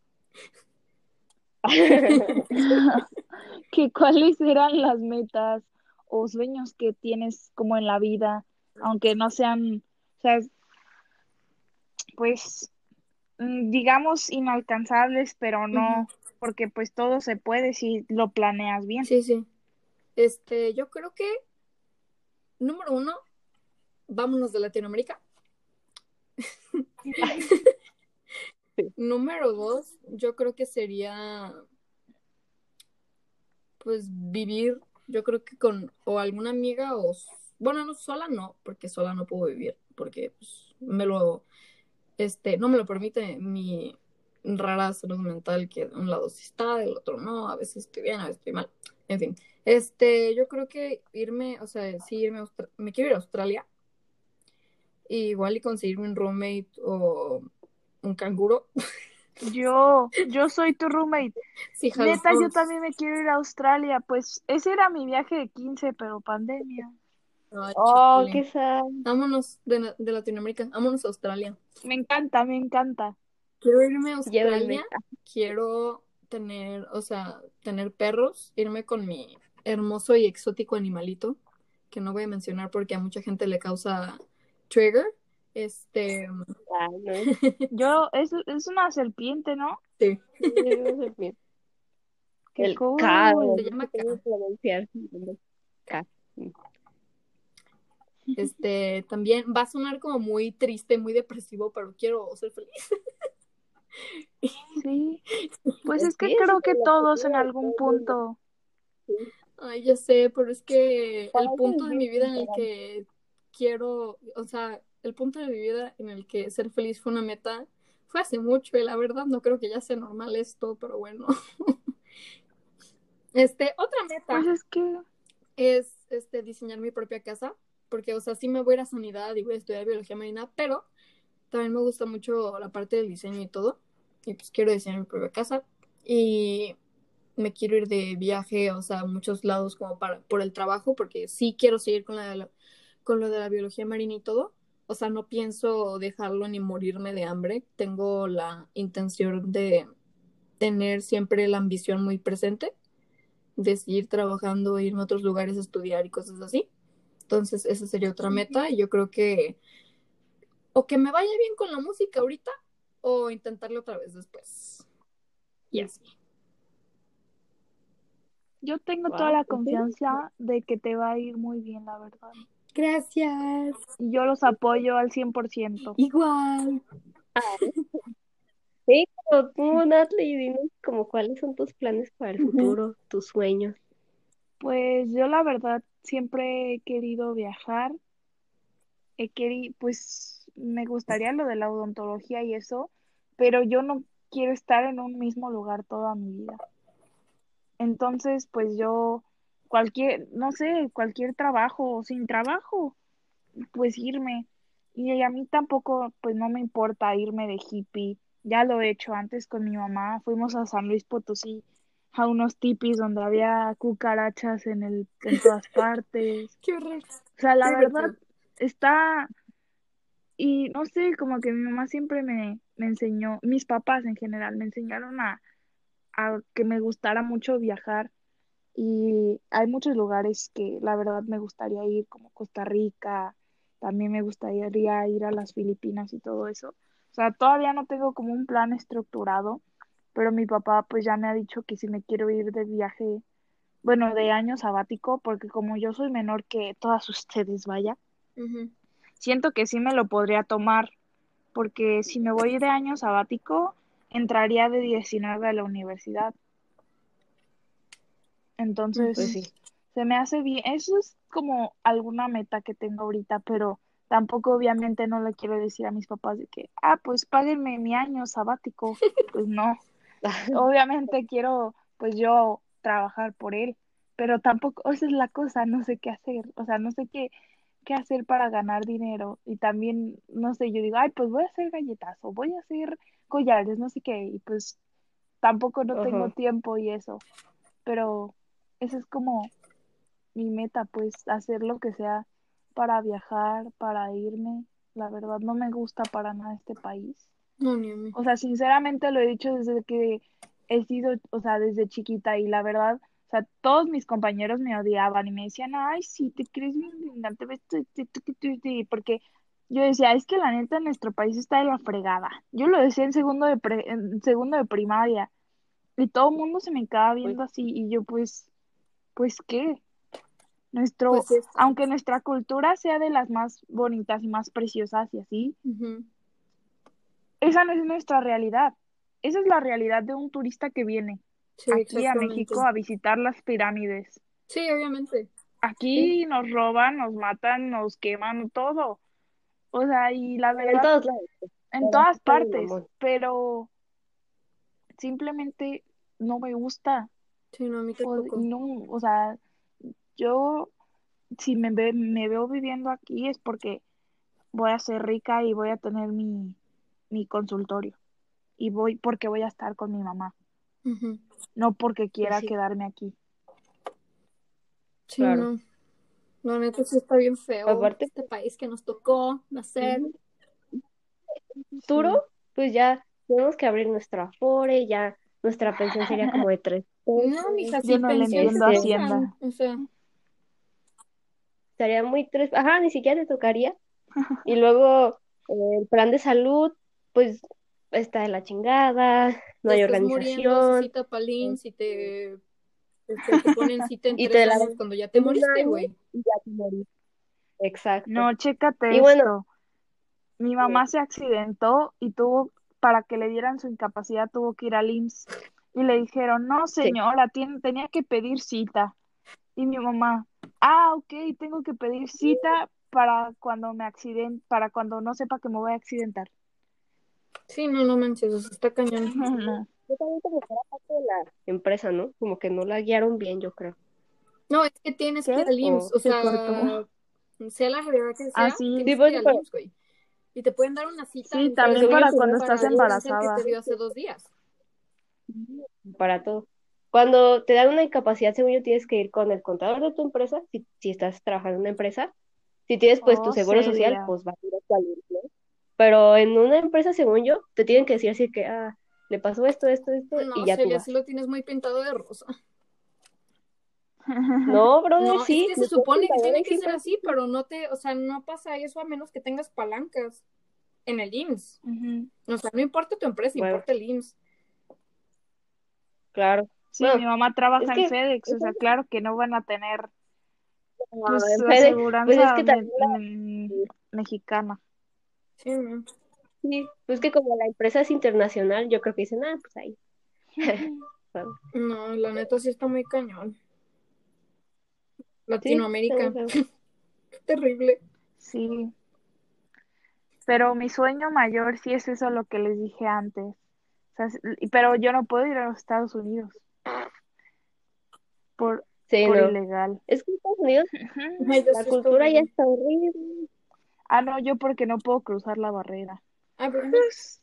Speaker 3: ¿Que cuáles eran las metas o sueños que tienes como en la vida, aunque no sean, o sea, pues digamos inalcanzables, pero
Speaker 1: Ujú.
Speaker 3: no, porque pues todo se puede si lo planeas bien.
Speaker 1: Sí, sí. Yo creo que, número uno, vámonos de Latinoamérica.
Speaker 2: Sí.
Speaker 1: Número dos, yo creo que sería, pues, vivir, yo creo que con o alguna amiga bueno, no, sola no, porque sola no puedo vivir, porque pues, no me lo permite mi rara salud mental, que de un lado sí está, del otro no, a veces estoy bien, a veces estoy mal, en fin. Yo creo que irme, o sea, sí irme me quiero ir a Australia. Y igual y conseguirme un roommate o un canguro.
Speaker 3: Yo soy tu roommate.
Speaker 1: Sí,
Speaker 3: Neta, yo
Speaker 1: jalamos.
Speaker 3: también me quiero ir a Australia. Pues ese era mi viaje de 15, pero pandemia.
Speaker 1: Ay,
Speaker 2: Oh,
Speaker 1: chale.
Speaker 2: qué sad.
Speaker 1: Vámonos de Latinoamérica, vámonos a Australia.
Speaker 3: Me encanta, me encanta.
Speaker 1: Quiero irme a
Speaker 2: Llévenme.
Speaker 1: Australia, quiero tener, o sea, tener perros, irme con mi hermoso y exótico animalito, que no voy a mencionar porque a mucha gente le causa trigger. Este,
Speaker 2: Ah, no,
Speaker 3: Es una serpiente, ¿no?
Speaker 1: sí,
Speaker 2: no se piensa.
Speaker 3: Qué
Speaker 2: El K,
Speaker 3: cool.
Speaker 1: se
Speaker 2: no sé
Speaker 1: llama
Speaker 2: cómo
Speaker 1: K.
Speaker 2: pronunciar. K.
Speaker 1: También va a sonar como muy triste, muy depresivo, pero quiero ser feliz.
Speaker 3: Sí. Pues es que
Speaker 2: Sí, ese es
Speaker 3: creo que
Speaker 2: el
Speaker 3: todos en
Speaker 2: objetivo de
Speaker 3: algún
Speaker 2: todo el mundo.
Speaker 3: punto.
Speaker 2: Sí.
Speaker 1: Ay, ya sé, pero es que el
Speaker 2: Para
Speaker 1: punto de mi
Speaker 2: vivir
Speaker 1: vida
Speaker 2: sin
Speaker 1: en el
Speaker 2: parar.
Speaker 1: que quiero, o sea, el punto de mi vida en el que ser feliz fue una meta, fue hace mucho y la verdad no creo que ya sea normal esto, pero bueno. Otra
Speaker 3: Pues
Speaker 1: meta
Speaker 3: es que.
Speaker 1: es, diseñar mi propia casa, porque, o sea, sí me voy a ir a sanidad y voy a estudiar biología marina, pero también me gusta mucho la parte del diseño y todo, y pues quiero diseñar mi propia casa y me quiero ir de viaje, o sea, a muchos lados como por el trabajo, porque sí quiero seguir con lo de la biología marina y todo. O sea, no pienso dejarlo ni morirme de hambre. Tengo la intención de tener siempre la ambición muy presente, de seguir trabajando, irme a otros lugares a estudiar y cosas así. Entonces, esa sería otra meta.
Speaker 3: Ujú.
Speaker 1: Y yo creo que o que me vaya bien con la música ahorita o intentarlo otra vez después. Y así.
Speaker 3: Yo tengo toda
Speaker 2: Wow,
Speaker 3: la
Speaker 2: ¿en serio?
Speaker 3: confianza de que te va a ir muy bien, la verdad.
Speaker 1: Gracias.
Speaker 3: Y yo los apoyo al 100%.
Speaker 1: Igual.
Speaker 2: Ah, sí, pero tú, Natalie, dinos como cuáles son tus planes para el futuro, tus sueños.
Speaker 3: Pues yo la verdad siempre he querido viajar. Pues me gustaría lo de la odontología y eso, pero yo no quiero estar en un mismo lugar toda mi vida. Entonces, pues yo, no sé, cualquier trabajo o sin trabajo, pues irme. Y a mí tampoco, pues no me importa irme de hippie. Ya lo he hecho antes con mi mamá. Fuimos a San Luis Potosí a unos tipis donde había cucarachas en todas partes.
Speaker 1: Qué horror.
Speaker 3: O sea,
Speaker 1: Qué
Speaker 3: la verdad
Speaker 1: divertido.
Speaker 3: está, y no sé, como que mi mamá siempre me enseñó, mis papás en general me enseñaron a que me gustara mucho viajar. Y hay muchos lugares que la verdad me gustaría ir, como Costa Rica, también me gustaría ir a las Filipinas y todo eso. O sea, todavía no tengo como un plan estructurado, pero mi papá pues ya me ha dicho que si me quiero ir de viaje, bueno, de año sabático, porque como yo soy menor que todas ustedes, vaya,
Speaker 1: Ujú.
Speaker 3: siento que sí me lo podría tomar, porque si me voy de año sabático, entraría de 19 a la universidad.
Speaker 2: Pues
Speaker 1: Ujú.
Speaker 3: Entonces,
Speaker 2: sí.
Speaker 3: se me hace bien. Eso es como alguna meta que tengo ahorita, pero tampoco obviamente no le quiero decir a mis papás de que, pues páguenme mi año sabático. Pues no. Obviamente quiero, pues yo trabajar por él, pero tampoco, esa es la cosa, no sé qué hacer. O sea, no sé qué hacer para ganar dinero. Y también, no sé, yo digo, pues voy a hacer galletas o voy a hacer collares, no sé qué. Y pues tampoco no tengo
Speaker 2: Ajá.
Speaker 3: tiempo y eso. Pero esa es como mi meta, pues hacer lo que sea para viajar, para irme. La verdad no me gusta para nada este país.
Speaker 1: No, ni a mí.
Speaker 3: O sea, sinceramente lo he dicho desde que he sido, o sea, desde chiquita y la verdad, o sea, todos mis compañeros me odiaban y me decían, ay, sí, te crees bien linda, te ves, porque yo decía, es que la neta nuestro país está de la fregada. Yo lo decía en segundo de primaria y todo el mundo se me quedaba
Speaker 2: Pues,
Speaker 3: viendo así y yo pues, ¿qué?
Speaker 1: Pues
Speaker 3: Nuestro,
Speaker 1: sí está.
Speaker 3: aunque nuestra cultura sea de las más bonitas y más preciosas y así,
Speaker 1: Ujú.
Speaker 3: esa no es nuestra realidad. Esa es la realidad de un turista que viene
Speaker 1: Sí,
Speaker 3: aquí a
Speaker 1: exactamente.
Speaker 3: México a visitar las pirámides.
Speaker 1: Sí, obviamente.
Speaker 2: sí,
Speaker 3: Aquí nos roban, nos matan, nos queman, todo. O sea, y la
Speaker 2: en
Speaker 3: verdad,
Speaker 2: todos lados.
Speaker 3: en
Speaker 2: Pero así
Speaker 3: todas
Speaker 2: está mi
Speaker 3: partes,
Speaker 2: mamón.
Speaker 3: pero simplemente no me gusta.
Speaker 1: Sí, no, a mí
Speaker 3: Y
Speaker 1: tampoco.
Speaker 3: no, o sea, yo si me veo viviendo aquí es porque voy a ser rica y voy a tener mi consultorio. Y voy porque voy a estar con mi mamá,
Speaker 1: Ujú.
Speaker 3: no porque
Speaker 2: Pues
Speaker 3: quiera
Speaker 2: sí,
Speaker 3: quedarme aquí.
Speaker 1: Sí,
Speaker 2: claro.
Speaker 1: no. La neta sí está bien feo
Speaker 2: Aparte,
Speaker 1: este país que nos tocó nacer.
Speaker 2: en un futuro,
Speaker 3: Sí.
Speaker 2: pues ya tenemos que abrir nuestra Afore, ya nuestra pensión sería como de 3 pesos.
Speaker 1: No, mija,
Speaker 3: Yo
Speaker 1: sin
Speaker 3: no le
Speaker 1: pensión te
Speaker 3: entiendo a
Speaker 2: Este,
Speaker 1: tocan.
Speaker 3: Hacienda.
Speaker 1: O sea,
Speaker 2: estaría muy ajá, ni siquiera te tocaría. Y luego el plan de salud, pues está de la chingada, no
Speaker 1: te
Speaker 2: hay
Speaker 1: estás muriendo, se
Speaker 2: organización,
Speaker 1: cita Palín, si te ponen cita en
Speaker 2: y te
Speaker 1: tres
Speaker 2: la
Speaker 1: años
Speaker 2: dan
Speaker 1: cuando ya te
Speaker 2: en un
Speaker 1: moriste,
Speaker 2: año
Speaker 1: güey.
Speaker 2: y ya te morís. Exacto.
Speaker 3: No, chécate
Speaker 2: Y bueno,
Speaker 3: esto. Mi mamá se accidentó y para que le dieran su incapacidad, tuvo que ir al IMSS. Y le dijeron, no,
Speaker 2: sí,
Speaker 3: señora, tenía que pedir cita. Y mi mamá, ok, tengo que pedir cita para cuando para cuando no sepa que me voy a accidentar.
Speaker 1: Sí, no, no manches, o sea, está cañón.
Speaker 3: No, no.
Speaker 2: yo también como que era parte de la empresa, ¿no? Como que no la guiaron bien, yo creo.
Speaker 1: No, es que tienes que ir
Speaker 3: ¿Qué?
Speaker 1: al IMSS, o
Speaker 3: Se cortó.
Speaker 1: sea, sea la gravedad que
Speaker 3: Ah,
Speaker 1: sea,
Speaker 3: sí,
Speaker 2: Sí,
Speaker 1: tienes que
Speaker 2: pues,
Speaker 1: ir al
Speaker 2: pero,
Speaker 1: IMSS, güey. Y te pueden dar una cita
Speaker 3: sí,
Speaker 1: en
Speaker 2: pero
Speaker 3: también
Speaker 2: según yo,
Speaker 3: para
Speaker 2: según
Speaker 3: cuando
Speaker 1: para
Speaker 3: estás
Speaker 1: el cáncer que te
Speaker 3: embarazada.
Speaker 1: dio hace 2 días.
Speaker 2: para todo. Cuando te dan una incapacidad, según yo, tienes que ir con el contador de tu empresa, si estás trabajando en una empresa. Si tienes pues tu
Speaker 3: Oh,
Speaker 2: seguro social,
Speaker 3: Celia.
Speaker 2: pues va directo al IMSS, ¿no? Pero en una empresa, según yo, te tienen que decir así que, le pasó esto, esto, esto, y
Speaker 1: No,
Speaker 2: ya tú
Speaker 1: Celia, sí
Speaker 2: vas.
Speaker 1: lo tienes muy pintado de rosa.
Speaker 2: No, brother,
Speaker 1: No, es
Speaker 2: sí,
Speaker 1: que se
Speaker 2: nuestros
Speaker 1: supone que tiene
Speaker 2: contadores
Speaker 1: que ser
Speaker 2: siempre.
Speaker 1: así, pero o sea, no pasa eso a menos que tengas palancas en el IMSS.
Speaker 3: Ujú.
Speaker 1: O sea, no importa tu empresa,
Speaker 2: Bueno,
Speaker 1: importa el IMSS.
Speaker 2: claro.
Speaker 3: Sí, mi
Speaker 2: Bueno,
Speaker 3: mamá
Speaker 2: es
Speaker 3: trabaja en
Speaker 2: que,
Speaker 3: FedEx, o sea, claro que no van a tener, pues,
Speaker 2: en FedEx, pues es
Speaker 3: aseguranza
Speaker 2: que también
Speaker 3: mexicana.
Speaker 1: Sí, no.
Speaker 2: sí, pues que como la empresa es internacional, yo creo que dicen, pues ahí. ¿Sabes?
Speaker 1: No, la neta sí está muy cañón.
Speaker 2: Sí, está muy
Speaker 1: Latinoamérica,
Speaker 2: feo.
Speaker 1: qué terrible.
Speaker 3: Sí, pero mi sueño mayor sí es eso lo que les dije antes. O sea, pero yo no puedo ir a los Estados Unidos por,
Speaker 2: Sí,
Speaker 3: por
Speaker 2: no.
Speaker 3: ilegal.
Speaker 2: Es que en Estados Unidos
Speaker 1: Ay, yo
Speaker 2: la
Speaker 1: sí está
Speaker 2: cultura ya
Speaker 1: horrible.
Speaker 2: está horrible.
Speaker 3: No, yo porque no puedo cruzar la barrera.
Speaker 1: Ay, ¿por qué no?
Speaker 3: Pues,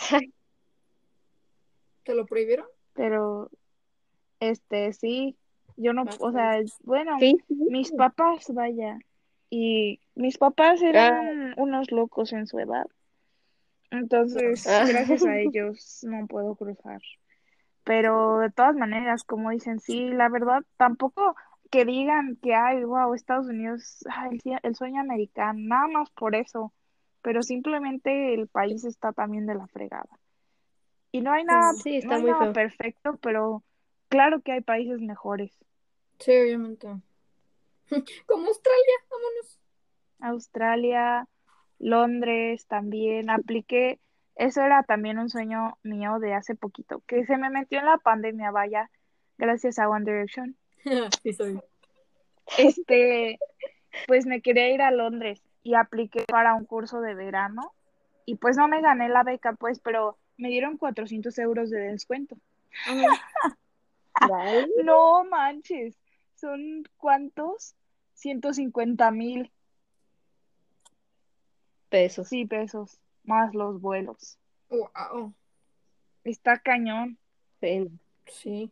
Speaker 1: ¿Te lo prohibieron?
Speaker 3: pero, sí, yo no,
Speaker 1: Vas,
Speaker 3: o
Speaker 1: pues.
Speaker 3: sea, bueno,
Speaker 2: ¿Qué
Speaker 3: mis
Speaker 2: hiciste?
Speaker 3: papás, vaya, y mis papás eran
Speaker 2: Ah,
Speaker 3: unos locos en su edad. Entonces,
Speaker 2: ah,
Speaker 3: gracias a ellos no puedo cruzar. Pero de todas maneras, como dicen, sí, la verdad, tampoco que digan que, ay, wow, Estados Unidos, ay, el sueño americano, nada más por eso, pero simplemente el país está también de la fregada. Y no hay
Speaker 1: Sí,
Speaker 3: nada,
Speaker 2: sí,
Speaker 3: no
Speaker 2: está
Speaker 3: hay
Speaker 2: muy
Speaker 3: nada
Speaker 2: feo.
Speaker 3: perfecto, pero claro que hay países mejores.
Speaker 1: sí, obviamente. Como Australia, vámonos.
Speaker 3: Australia, Londres también, apliqué, eso era también un sueño mío de hace poquito, que se me metió en la pandemia, vaya, gracias a One Direction.
Speaker 1: Sí, soy.
Speaker 3: Este, pues me quería ir a Londres y apliqué para un curso de verano y pues no me gané la beca, pues, pero me dieron 400 euros de descuento.
Speaker 1: Ah, mira.
Speaker 2: Vale,
Speaker 3: No manches, ¿son cuántos? 150,000,
Speaker 2: pesos.
Speaker 3: sí, pesos, más los vuelos.
Speaker 1: Wow.
Speaker 3: Está cañón.
Speaker 2: Sí.
Speaker 1: Sí.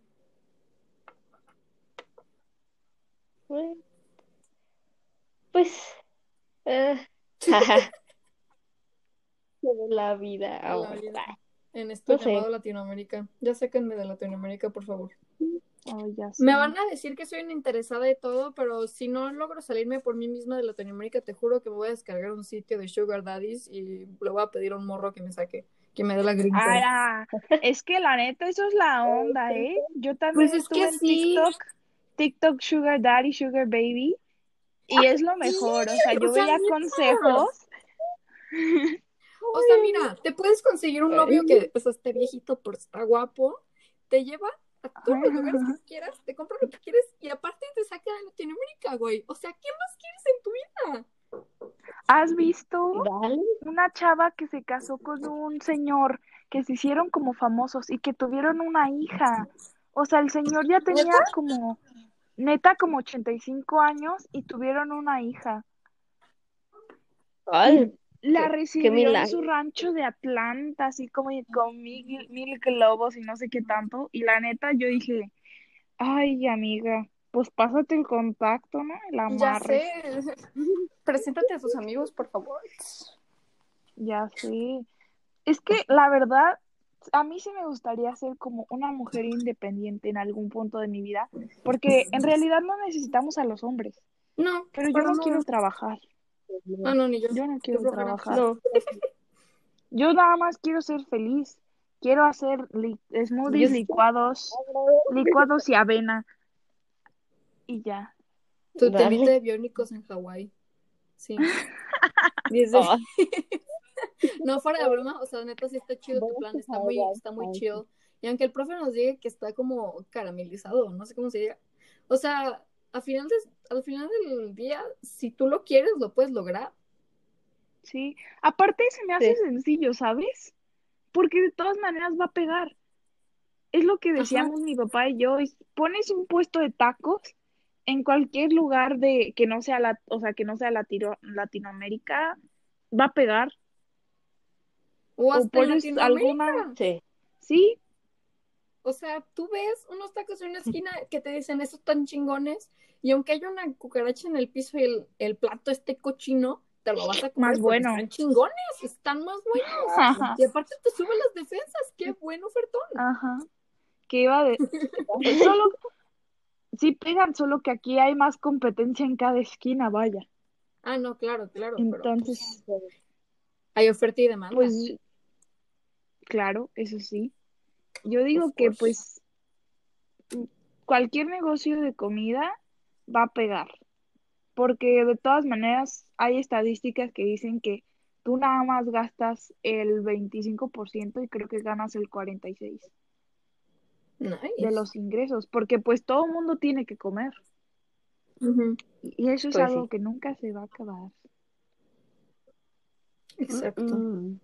Speaker 2: Bueno, pues, ah, jaja, la vida
Speaker 1: La
Speaker 2: ahora.
Speaker 1: vida en esto
Speaker 2: No
Speaker 1: llamado
Speaker 2: sé.
Speaker 1: Latinoamérica. Ya sáquenme de Latinoamérica, por favor.
Speaker 3: Oh, ya
Speaker 1: Me
Speaker 3: sé.
Speaker 1: van a decir que soy una interesada de todo, pero si no logro salirme por mí misma de Latinoamérica, te juro que me voy a descargar un sitio de Sugar Daddies y le voy a pedir a un morro que me saque, que me dé la green card.
Speaker 3: Es que la neta, eso es la onda, ¿eh? Yo
Speaker 1: Pues
Speaker 3: también
Speaker 1: es que
Speaker 3: estuve en
Speaker 1: sí,
Speaker 3: TikTok Sugar Daddy, Sugar Baby, y es lo
Speaker 1: sí,
Speaker 3: mejor. O sea,
Speaker 1: o
Speaker 3: yo
Speaker 1: sea,
Speaker 3: veía
Speaker 1: neta.
Speaker 3: consejos.
Speaker 1: O sea, mira, te puedes conseguir un novio que, o sea, esté viejito, pero está guapo, te lleva a todos los lugares que quieras, te compra lo que quieres y aparte te saca de Latinoamérica, güey. O sea, ¿qué más quieres en tu vida?
Speaker 3: ¿Has visto
Speaker 2: Vale.
Speaker 3: una chava que se casó con un señor que se hicieron como famosos y que tuvieron una hija? O sea, el señor ya
Speaker 1: ¿Neta?
Speaker 3: tenía como, neta, como 85 años y tuvieron una hija. Y
Speaker 2: Vale.
Speaker 3: La
Speaker 2: Qué
Speaker 3: recibió en
Speaker 2: milagro.
Speaker 3: su rancho de Atlanta, así como con mil globos y no sé qué tanto. Y la neta, yo dije, ay, amiga, pues pásate el contacto, ¿no? El
Speaker 1: Ya
Speaker 3: amarre.
Speaker 1: sé. Preséntate a tus amigos, por favor.
Speaker 3: Ya sé. Es que la verdad, a mí sí me gustaría ser como una mujer independiente en algún punto de mi vida, porque en realidad no necesitamos a los hombres,
Speaker 1: No,
Speaker 3: pero yo
Speaker 1: para
Speaker 3: no
Speaker 1: nada.
Speaker 3: quiero trabajar,
Speaker 1: Ah, no, ni yo.
Speaker 3: yo no
Speaker 1: Qué
Speaker 3: quiero
Speaker 1: flojera.
Speaker 3: trabajar.
Speaker 2: No,
Speaker 3: Yo nada más quiero ser feliz. Quiero hacer
Speaker 2: yo
Speaker 3: smoothies
Speaker 2: sí.
Speaker 3: licuados y avena y ya.
Speaker 1: Tu temita
Speaker 2: Dale.
Speaker 1: de biónicos en Hawái. Sí. Dice.
Speaker 2: Oh,
Speaker 1: No, fuera de broma, o sea, neta sí está chido tu plan, está muy chido. Y aunque el profe nos diga que está como caramelizado, no sé cómo se diga. O sea, al final del día, si tú lo quieres, lo puedes lograr.
Speaker 3: Sí. Aparte se me hace
Speaker 2: sí.
Speaker 3: sencillo, ¿sabes? Porque de todas maneras va a pegar. Es lo que
Speaker 1: Ajá.
Speaker 3: decíamos mi papá y yo, pones un puesto de tacos en cualquier lugar de que no sea o sea, que no sea Latinoamérica, va a pegar.
Speaker 1: O
Speaker 3: O
Speaker 1: hasta en
Speaker 3: pones alguna,
Speaker 1: Latinoamérica.
Speaker 2: Sí.
Speaker 3: sí,
Speaker 1: O sea, tú ves unos tacos en una esquina que te dicen esos tan chingones, y aunque haya una cucaracha en el piso y el plato esté cochino, te lo vas a
Speaker 3: más
Speaker 1: comer porque
Speaker 3: bueno.
Speaker 1: están chingones, están más buenos.
Speaker 3: Ajá,
Speaker 1: Y aparte te sube las defensas, qué bueno, ofertón.
Speaker 3: ajá. Que iba de, solo, sí pegan, solo que aquí hay más competencia en cada esquina, vaya.
Speaker 1: Ah, no, claro, claro, pero pues
Speaker 3: Entonces,
Speaker 1: hay oferta y demanda,
Speaker 3: pues, claro, eso sí. Yo
Speaker 1: of
Speaker 3: digo que
Speaker 1: course.
Speaker 3: pues cualquier negocio de comida va a pegar. Porque de todas maneras hay estadísticas que dicen que tú nada más gastas el 25% y creo que ganas el 46% de
Speaker 1: Nice.
Speaker 3: los ingresos, porque pues todo el mundo tiene que comer
Speaker 1: Ujú.
Speaker 3: y eso es
Speaker 2: Pues
Speaker 3: algo
Speaker 2: sí.
Speaker 3: que nunca se va a acabar.
Speaker 1: Exacto.
Speaker 2: Mm.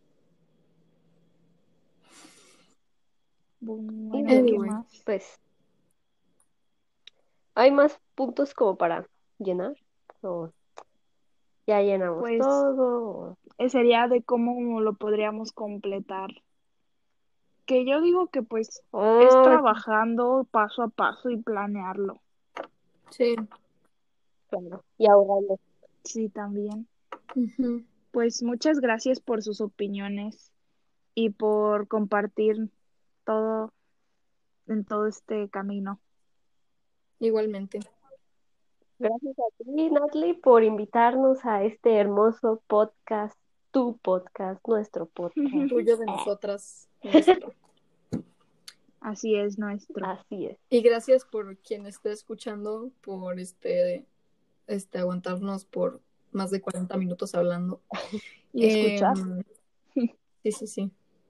Speaker 2: Y
Speaker 3: Bueno, ¿qué
Speaker 2: bueno,
Speaker 1: Anyway,
Speaker 3: más?
Speaker 2: pues, ¿hay más puntos como para llenar? ¿O ya llenamos
Speaker 3: Pues
Speaker 2: todo?
Speaker 3: sería de cómo lo podríamos completar. Que yo digo que pues es
Speaker 2: Oh,
Speaker 3: trabajando paso a paso y planearlo.
Speaker 1: sí.
Speaker 2: claro. Y ahorrando.
Speaker 3: Sí, también.
Speaker 1: Ujú.
Speaker 3: Pues muchas gracias por sus opiniones y por compartir todo en todo este camino.
Speaker 1: Igualmente.
Speaker 2: Gracias a ti, Natalie, por invitarnos a este hermoso podcast, tu podcast, nuestro podcast.
Speaker 1: Tuyo de
Speaker 2: Eh,
Speaker 1: nosotras, nuestro.
Speaker 3: Así es nuestro.
Speaker 2: Así es.
Speaker 1: Y gracias por quien esté escuchando, por aguantarnos por más de 40 minutos hablando.
Speaker 3: Y escuchar.
Speaker 1: Em, sí, sí, sí.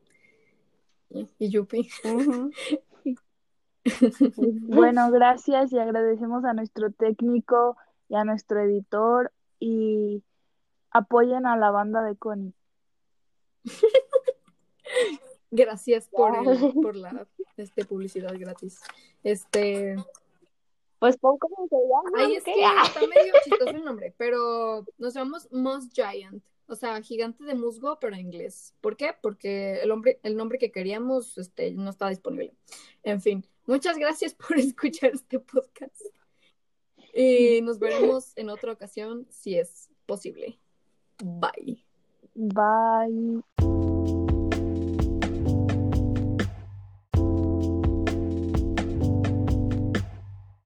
Speaker 1: Y Yupi.
Speaker 2: Ujú.
Speaker 3: Bueno, gracias y agradecemos a nuestro técnico y a nuestro editor y apoyen a la banda de Connie.
Speaker 1: Gracias
Speaker 2: Dale.
Speaker 1: por la publicidad gratis. Este,
Speaker 2: Pues pon cómo se llama,
Speaker 1: ay,
Speaker 2: ¿o
Speaker 1: es
Speaker 2: qué?
Speaker 1: que está medio chistoso el nombre, pero nos llamamos Moss Giant, o sea, gigante de musgo, pero en inglés. ¿Por qué? Porque el nombre que queríamos, no está disponible. En fin, muchas gracias por escuchar este podcast. Y nos veremos en otra ocasión si es posible. Bye.
Speaker 3: Bye.